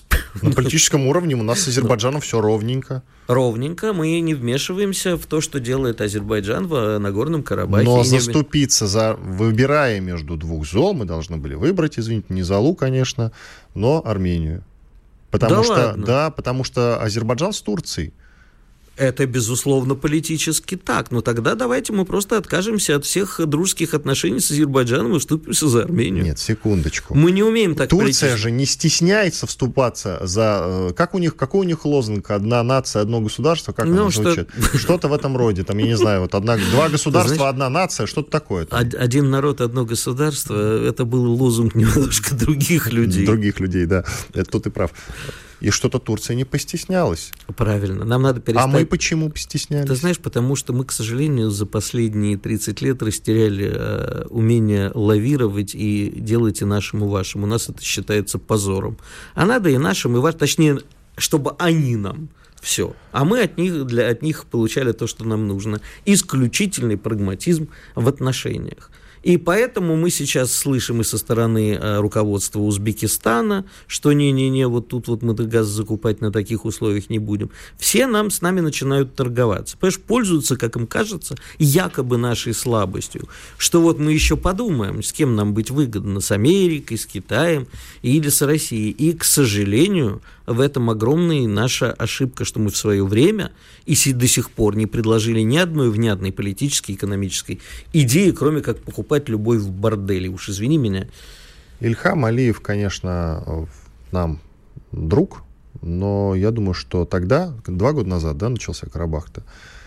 На политическом уровне у нас с Азербайджаном все ровненько. Ровненько. Мы не вмешиваемся в то, что делает Азербайджан в Нагорном Карабахе. Но И не... заступиться за... Выбирая между двух зол, мы должны были выбрать, извините, не Залу, конечно, но Армению. Потому Да что, ладно? да, потому что Азербайджан с Турцией. Это, безусловно, политически так. Но тогда давайте мы просто откажемся от всех дружеских отношений с Азербайджаном и вступимся за Армению. Нет, секундочку. Мы не умеем так Турция политически. же не стесняется вступаться за... Как у них, какой у них лозунг? Одна нация, одно государство? Как Ну, оно что- звучит? Что-то в этом роде. Там, я не знаю, вот одна, два государства, знаешь, одна нация, что-то такое. там. Од- Один народ, одно государство. Это был лозунг немножко других людей. Других людей, да. Это тут и прав. И что-то Турция не постеснялась. Правильно. Нам надо перестать... А мы почему постеснялись? Ты знаешь, потому что мы, к сожалению, за последние тридцать лет растеряли э, умение лавировать и делать и нашим, и вашим. У нас это считается позором. А надо и нашим, и вашим, точнее, чтобы они нам все. А мы от них, для, от них получали то, что нам нужно. Исключительный прагматизм в отношениях. И поэтому мы сейчас слышим и со стороны э, руководства Узбекистана, что не-не-не, вот тут вот мы газ закупать на таких условиях не будем. Все нам с нами начинают торговаться. Понимаешь, пользуются, как им кажется, якобы нашей слабостью. Что вот мы еще подумаем, с кем нам быть выгодно, с Америкой, с Китаем или с Россией. И, к сожалению, в этом огромная наша ошибка, что мы в свое время и до сих пор не предложили ни одной внятной политической, экономической идеи, кроме как покупать любовь в борделе. Уж извини меня. Ильхам Алиев, конечно, нам друг, но я думаю, что тогда, два года назад, да, начался Карабах-то,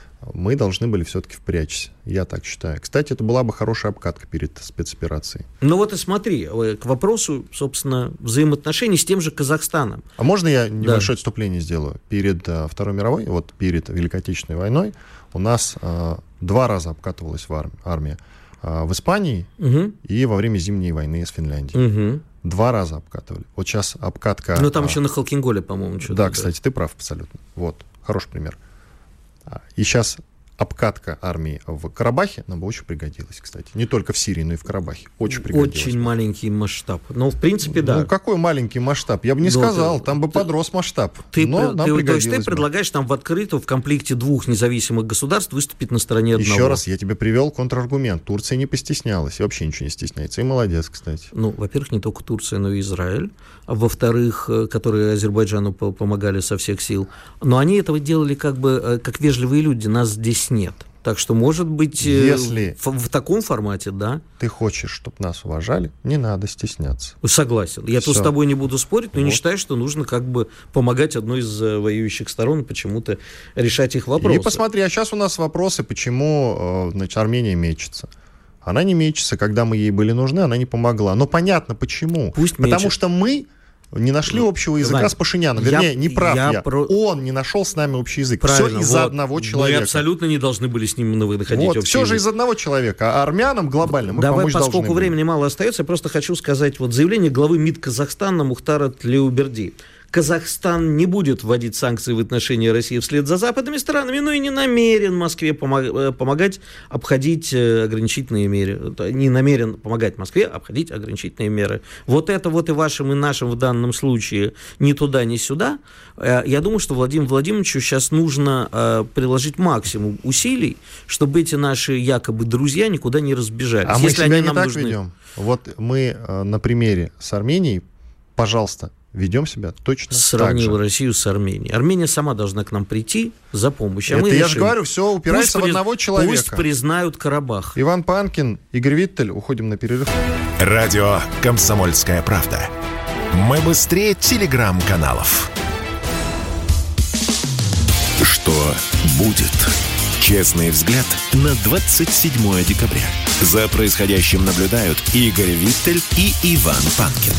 мы должны были все-таки впрячься. Я так считаю. Кстати, это была бы хорошая обкатка перед спецоперацией. Ну вот и смотри, к вопросу, собственно, взаимоотношений с тем же Казахстаном. А можно я небольшое Да. отступление сделаю? Перед uh, Второй мировой, вот перед Великой Отечественной войной, у нас uh, два раза обкатывалась в арм- армия. Uh, в Испании Угу. и во время Зимней войны с Финляндией. Угу. Два раза обкатывали. Вот сейчас обкатка... Ну там uh, еще на Халкинголе, по-моему, что-то. Да, кстати, ты прав абсолютно. Вот, хороший пример. И сейчас обкатка армии в Карабахе нам бы очень пригодилась, кстати. Не только в Сирии, но и в Карабахе. Очень пригодилась. Очень маленький масштаб. Но, в принципе, да. Ну, какой маленький масштаб? Я бы не Ну, сказал, ты- там бы ты- подрос масштаб. Ты, но ты- нам то есть пригодилось ты бы. предлагаешь нам в открытую, в комплекте двух независимых государств выступить на стороне одного. Еще раз, я тебе привел контраргумент. Турция не постеснялась и вообще ничего не стесняется. И молодец, кстати. Ну, во-первых, не только Турция, но и Израиль. А во-вторых, э, которые Азербайджану по- помогали со всех сил. Но они этого делали как бы э, как вежливые люди. Нас здесь нет. Так что, может быть, э, Если- в, в таком формате, да. Ты хочешь, чтобы нас уважали, не надо стесняться. Согласен. Я тут Всё. с тобой не буду спорить, но не Вот. считаю, что нужно как бы помогать одной из э, воюющих сторон, почему-то решать их вопросы. И посмотри, а сейчас у нас вопросы, почему э, значит, Армения мечется. Она не мечется, когда мы ей были нужны, она не помогла. Но понятно, почему. Пусть Потому мечет. что мы не нашли общего языка Вань, с Пашиняном. я- Вернее, не прав я. я про- Он не нашел с нами общий язык. Правильно, Все из-за вот. одного Мы человека. абсолютно не должны были с ним находить Вот, общий все же язык. из одного человека. А армянам глобально мы Давай, помочь поскольку должны были. времени мало остается, я просто хочу сказать вот заявление главы МИД Казахстана Мухтара Тлеуберди. Казахстан не будет вводить санкции в отношении России вслед за западными странами, но и не намерен Москве помог- помогать обходить э, ограничительные меры. Не намерен помогать Москве обходить ограничительные меры. Вот это вот и вашим, и нашим в данном случае ни туда, ни сюда. Э, Я думаю, что Владимиру Владимировичу сейчас нужно э, приложить максимум усилий, чтобы эти наши якобы друзья никуда не разбежались. А мы Если себя они не нам так нужны. ведем. Вот мы э, на примере с Арменией, пожалуйста, ведем себя точно Сравнил так же. Россию с Арменией. Армения сама должна к нам прийти за помощью. А Это мы я же решим. говорю, все упирается Пусть в приз- одного человека. Пусть признают Карабах. Иван Панкин, Игорь Виттель. Уходим на перерыв. Радио «Комсомольская правда». Мы быстрее телеграм-каналов. Что будет? Честный взгляд на двадцать седьмое декабря. За происходящим наблюдают Игорь Виттель и Иван Панкин.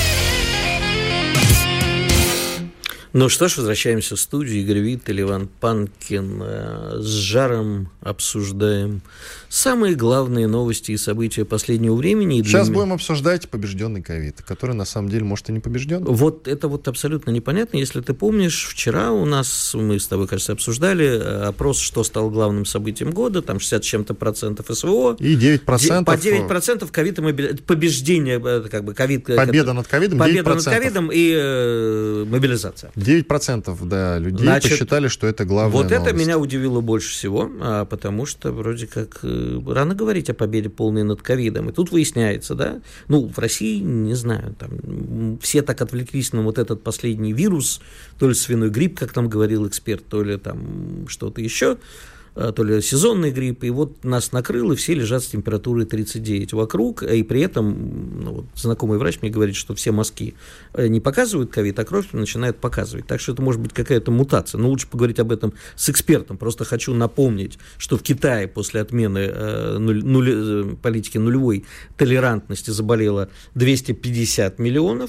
Ну что ж, возвращаемся в студию. Игорь Виттель, Иван Панкин. С жаром обсуждаем самые главные новости и события последнего времени. Сейчас будем обсуждать побежденный ковид, который на самом деле, может, и не побежден. Вот это вот абсолютно непонятно. Если ты помнишь, вчера у нас, мы с тобой, кажется, обсуждали опрос, что стало главным событием года, там шестьдесят с чем-то процентов СВО. И девять процентов. По девять процентов ковид и мобили... побеждение, как бы ковид. Победа над ковидом, победа над ковидом и э, мобилизация. девять процентов, да, людей Значит, посчитали, что это главная Вот новость. это меня удивило больше всего, а, потому что вроде как э, рано говорить о победе полной над ковидом. И тут выясняется, да, ну, в России, не знаю, там, все так отвлеклись на вот этот последний вирус, то ли свиной грипп, как там говорил эксперт, то ли там что-то еще, то ли сезонный грипп, и вот нас накрыло, и все лежат с температурой тридцать девять вокруг, и при этом, ну, вот, знакомый врач мне говорит, что все мазки не показывают ковид, а кровь начинает показывать. Так что это может быть какая-то мутация. Но лучше поговорить об этом с экспертом. Просто хочу напомнить, что в Китае после отмены э, нуль, нуль, политики нулевой толерантности заболело двести пятьдесят миллионов.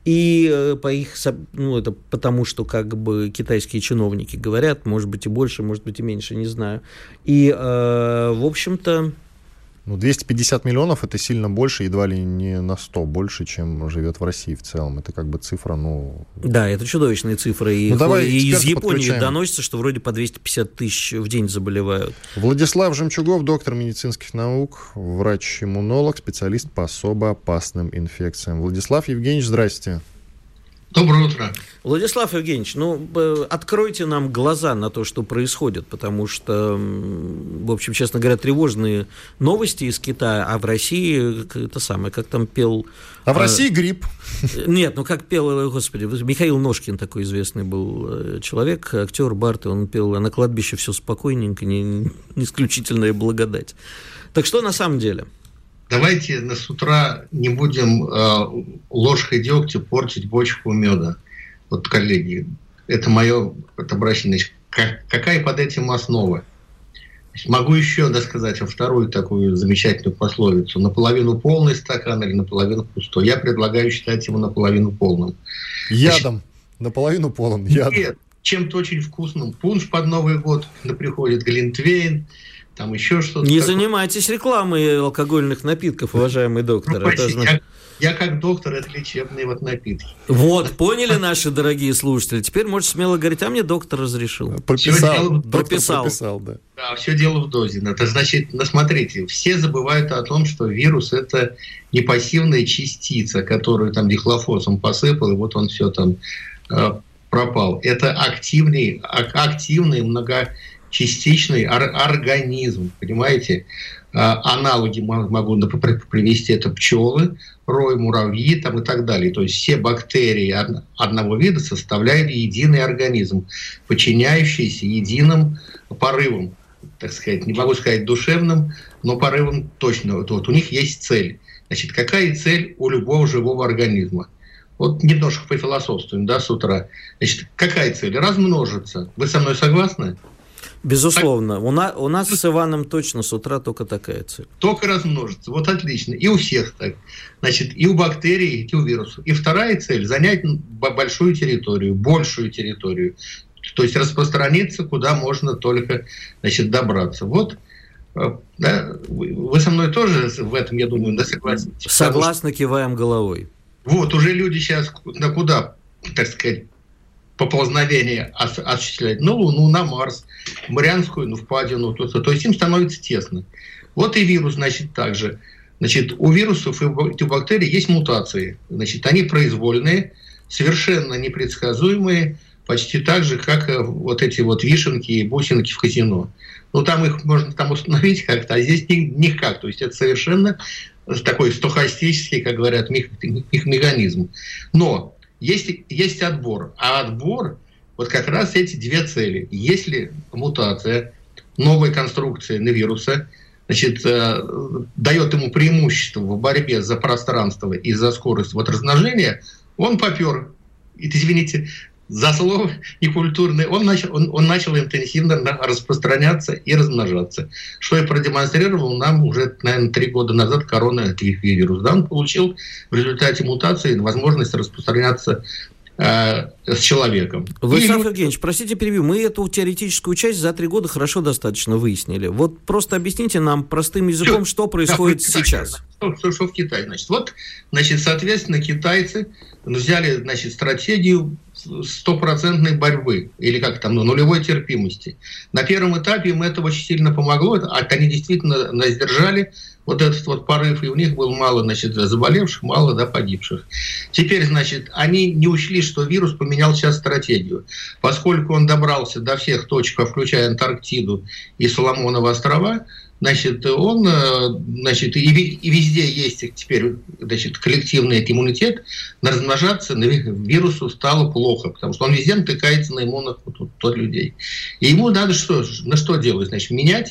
И по их, ну, это потому, что как бы китайские чиновники говорят, может быть и больше, может быть и меньше, не знаю. И, э, в общем-то... Ну, двести пятьдесят миллионов – это сильно больше, едва ли не на сто больше, чем живет в России в целом. Это как бы цифра, ну... Да, это чудовищные цифры. И, ну, давай и из Японии подключаем. Доносится, что вроде по двести пятьдесят тысяч в день заболевают. Владислав Жемчугов, доктор медицинских наук, врач-иммунолог, специалист по особо опасным инфекциям. Владислав Евгеньевич, здрасте. Доброе утро. Владислав Евгеньевич, ну, откройте нам глаза на то, что происходит, потому что, в общем, честно говоря, тревожные новости из Китая, а в России это самое, как там пел... А в России грипп. Нет, ну как пел, господи, Михаил Ножкин, такой известный был человек, актер, бард, и он пел «А на кладбище все спокойненько, не, не исключительная благодать». Так что на самом деле... Давайте с утра не будем э, ложкой дегтя портить бочку меда. Вот, коллеги, это мое это обращение. Как, какая под этим основа? Могу еще досказать вторую такую замечательную пословицу. Наполовину полный стакан или наполовину пустой. Я предлагаю считать его наполовину полным. Ядом. Значит, наполовину полным. Ядом. Нет, чем-то очень вкусным. Пунш под Новый год приходит, глинтвейн. Там еще что-то. Не такое. Занимайтесь рекламой алкогольных напитков, уважаемый доктор. Ну, это значит... я, я как доктор, это лечебные вот напитки. Вот, поняли наши дорогие слушатели? Теперь можете смело говорить, а мне доктор разрешил. Прописал. Прописал. прописал да. Да, все дело в дозе. Это значит, ну, смотрите, все забывают о том, что вирус – это не пассивная частица, которую там дихлофосом посыпал, и вот он все там э, пропал. Это активный, активный много частичный ор- организм, понимаете? А, аналоги могу например, привести, это пчелы, рой, муравьи там, и так далее. То есть все бактерии од- одного вида составляют единый организм, подчиняющийся единым порывам, так сказать, не могу сказать душевным, но порывам точно. Вот, вот у них есть цель. Значит, какая цель у любого живого организма? Вот немножко пофилософствуем, да, с утра. Значит, какая цель? Размножиться. Вы со мной согласны? Безусловно. У, на, у нас с Иваном точно с утра только такая цель. Только размножиться. Вот отлично. И у всех так. Значит, и у бактерий, и у вирусов. И вторая цель – занять большую территорию, большую территорию. То есть распространиться, куда можно только, значит, добраться. Вот. Да, вы со мной тоже в этом, я думаю, да, согласны? Согласно, что... киваем головой. Вот, уже люди сейчас на куда, так сказать, поползновение осуществлять? На Луну, на Марс, Марианскую ну, впадину. То, то, то есть им становится тесно. Вот и вирус, значит, также. Значит, у вирусов и у бактерий есть мутации. Значит, они произвольные, совершенно непредсказуемые, почти так же, как вот эти вот вишенки и бусинки в казино. Ну, там их можно там установить как-то, а здесь никак. То есть это совершенно такой стохастический, как говорят, механизм. Но есть, есть отбор. А отбор, вот как раз эти две цели. Если мутация, новая конструкция на вируса, значит, э, дает ему преимущество в борьбе за пространство и за скорость вот размножения, он попер. И, извините, за слово некультурное, он начал, он, он начал интенсивно распространяться и размножаться, что и продемонстрировал нам уже, наверное, три года назад коронавирус. Да, он получил в результате мутации возможность распространяться э, с человеком. Владислав и... Евгеньевич, простите, перебью, мы эту теоретическую часть за три года хорошо достаточно выяснили. Вот просто объясните нам простым языком, что, что происходит да, сейчас. Что, что, что в Китае? Значит, вот, значит, соответственно, китайцы взяли, значит, стратегию стопроцентной борьбы, или как там, ну, нулевой терпимости. На первом этапе им это очень сильно помогло, а они действительно сдержали вот этот вот порыв, и у них было мало, значит, заболевших, мало, да, погибших. Теперь, значит, они не учли, что вирус поменял сейчас стратегию. Поскольку он добрался до всех точек, включая Антарктиду и Соломоновы острова, значит, он, значит, и, и везде есть теперь, значит, коллективный иммунитет, размножаться вирусу стало плохо, потому что он везде натыкается на иммунных вот, вот, вот людей. И ему надо что, на что делать? Значит, менять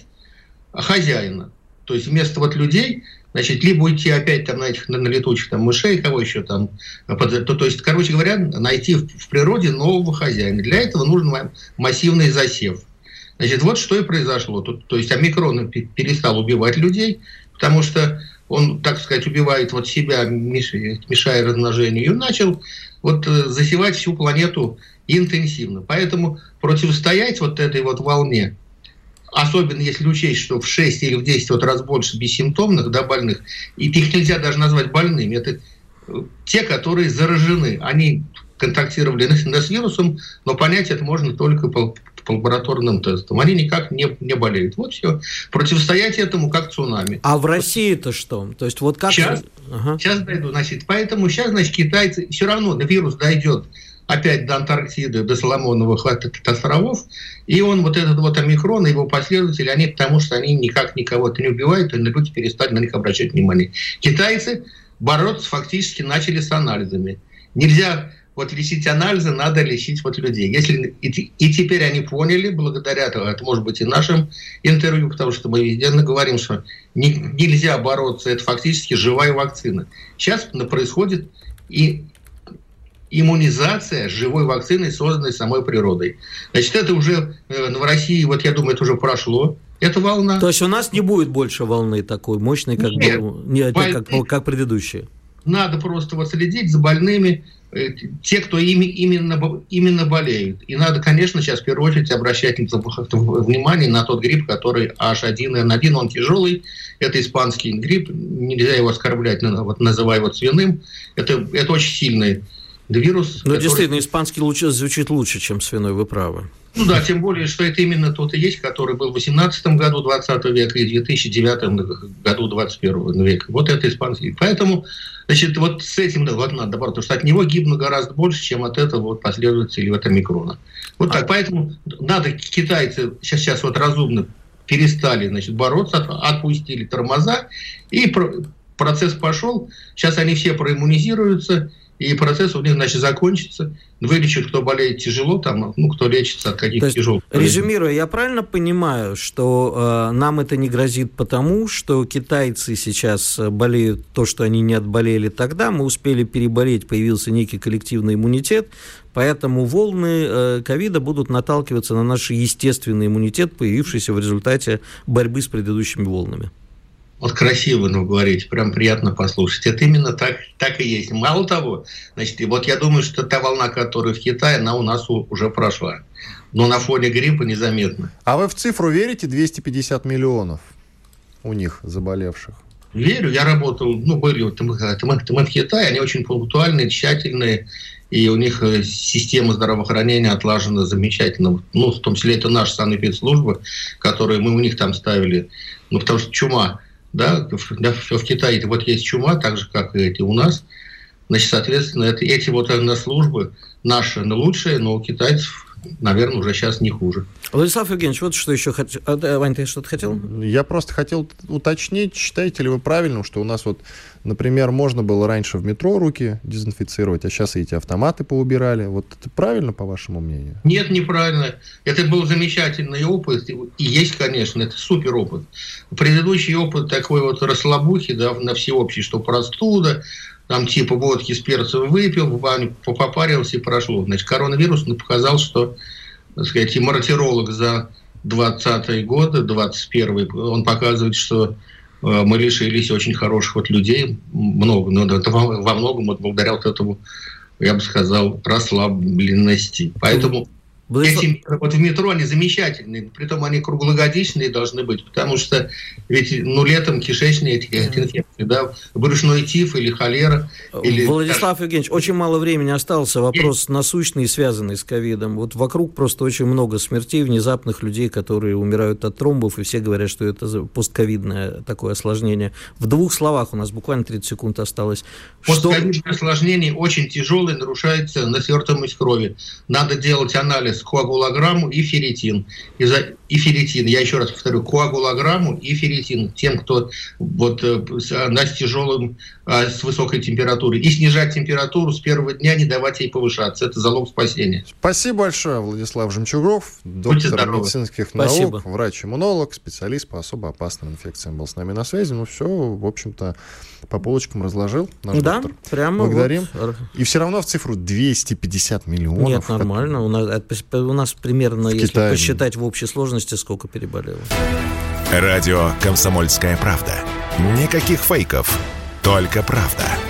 хозяина. То есть вместо вот людей, значит, либо уйти опять там на этих на, на летучих там мышей, кого еще там, то, то есть, короче говоря, найти в, в природе нового хозяина. Для этого нужен массивный засев. Значит, вот что и произошло. Тут, то есть омикрон перестал убивать людей, потому что он, так сказать, убивает вот себя, мешая, мешая размножению, и начал вот засевать всю планету интенсивно. Поэтому противостоять вот этой вот волне, особенно если учесть, что в шесть или в десять вот раз больше бессимптомных, да, больных, и их нельзя даже назвать больными, это те, которые заражены. Они контактировали с вирусом, но понять это можно только по, по лабораторным тестам. Они никак не, не болеют. Вот все. Противостоять этому как цунами. А в России-то что? То есть вот как... Сейчас, ага. сейчас дойду. Значит, поэтому сейчас, значит, китайцы... Все равно вирус дойдет опять до Антарктиды, до Соломоновых островов, и он, вот этот вот омикрон и его последователи, они потому что они никак никого-то не убивают, и люди перестали на них обращать внимание. Китайцы бороться фактически начали с анализами. Нельзя... Вот лечить анализы, надо лечить вот людей. Если, и, и теперь они поняли, благодаря тому, это может быть и нашим интервью, потому что мы везде говорим, что не, нельзя бороться, это фактически живая вакцина. Сейчас происходит и иммунизация живой вакциной, созданной самой природой. Значит, это уже э, в России, вот я думаю, это уже прошло. Это волна. То есть у нас не будет больше волны такой мощной, как, Нет, был, не, как, как предыдущие? Надо просто вот следить за больными, те, кто ими, именно, именно болеют. И надо, конечно, сейчас в первую очередь обращать внимание на тот грипп, который эйч один эн один, он тяжелый, это испанский грипп, нельзя его оскорблять, вот, называя его свиным, это, это очень сильный вирус. Ну, который... действительно, испанский лучше, звучит лучше, чем свиной, вы правы. Ну да, тем более, что это именно тот и есть, который был в восемнадцатом году двадцатого века и в две тысячи девятом году двадцать первого века. Вот это испанский. Поэтому, значит, вот с этим да, вот надо бороться, потому что от него гибнут гораздо больше, чем от этого вот последователей вот омикрона. Вот так. Поэтому надо, китайцы сейчас, сейчас вот разумно перестали, значит, бороться, отпустили тормоза, и процесс пошел. Сейчас они все проиммунизируются, и процесс у них, значит, закончится. Вылечат, кто болеет тяжело, там, ну, кто лечится от каких-то тяжелых. Резюмируя, я правильно понимаю, что э, нам это не грозит потому, что китайцы сейчас болеют то, что они не отболели тогда, мы успели переболеть, появился некий коллективный иммунитет, поэтому волны ковида э, будут наталкиваться на наш естественный иммунитет, появившийся в результате борьбы с предыдущими волнами. Вот красиво, ну, говорите, прям приятно послушать. Это именно так, так и есть. Мало того, значит, вот я думаю, что та волна, которая в Китае, она у нас уже прошла. Но на фоне гриппа незаметно. А вы в цифру верите? двести пятьдесят миллионов у них заболевших? Верю. Я работал, ну, были вот мы, мы, мы в Китае, они очень пунктуальные, тщательные, и у них система здравоохранения отлажена замечательно. Ну, в том числе это наша санэпидслужба, которую мы у них там ставили. Ну, потому что чума. Да, в Китае вот есть чума, так же, как и у нас. Значит, соответственно, это, эти вот службы наши лучшие, но у китайцев, наверное, уже сейчас не хуже. Владислав Евгеньевич, вот что еще хотел. Вань, ты что-то хотел? Я просто хотел уточнить, считаете ли вы правильным, что у нас вот, например, можно было раньше в метро руки дезинфицировать, а сейчас эти автоматы поубирали. Вот это правильно, по вашему мнению? Нет, неправильно. Это был замечательный опыт. И есть, конечно, это супер опыт. Предыдущий опыт такой вот расслабухи, да, на всеобщий, что простуда, там типа водки с перцем выпил, в баню попарился и прошло. Значит, коронавирус показал, что, так сказать, и маркетолог за двадцатые годы, двадцать первый, он показывает, что мы лишились очень хороших вот людей, много, но это во многом вот благодаря вот этому, я бы сказал, расслабленности. Поэтому эти, вот в метро они замечательные, притом они круглогодичные должны быть, потому что ведь ну, летом кишечные эти, эти инфекции, да, брюшной тиф или холера. Или... Владислав Евгеньевич, очень мало времени остался. Вопрос Есть. насущный, связанный с ковидом. Вот вокруг просто очень много смертей, внезапных людей, которые умирают от тромбов, и все говорят, что это постковидное такое осложнение. В двух словах, у нас буквально тридцать секунд осталось. Постковидное что... осложнение очень тяжелое, нарушается насвертываемость крови. Надо делать анализ коагулограмму и ферритин. И ферритин, я еще раз повторю, коагулограмму и ферритин тем, кто вот, на с тяжелым, с высокой температурой. И снижать температуру с первого дня, не давать ей повышаться. Это залог спасения. Спасибо большое, Владислав Жемчугов, доктор медицинских наук, врач-иммунолог, специалист по особо опасным инфекциям был с нами на связи. Ну все, в общем-то, по полочкам разложил наш да, доктор. Прямо благодарим. Вот. И все равно в цифру двести пятьдесят миллионов. Нет, нормально. У нас, у нас примерно, если Китае. посчитать в общей сложности, сколько переболело. Радио «Комсомольская правда». Никаких фейков, только правда.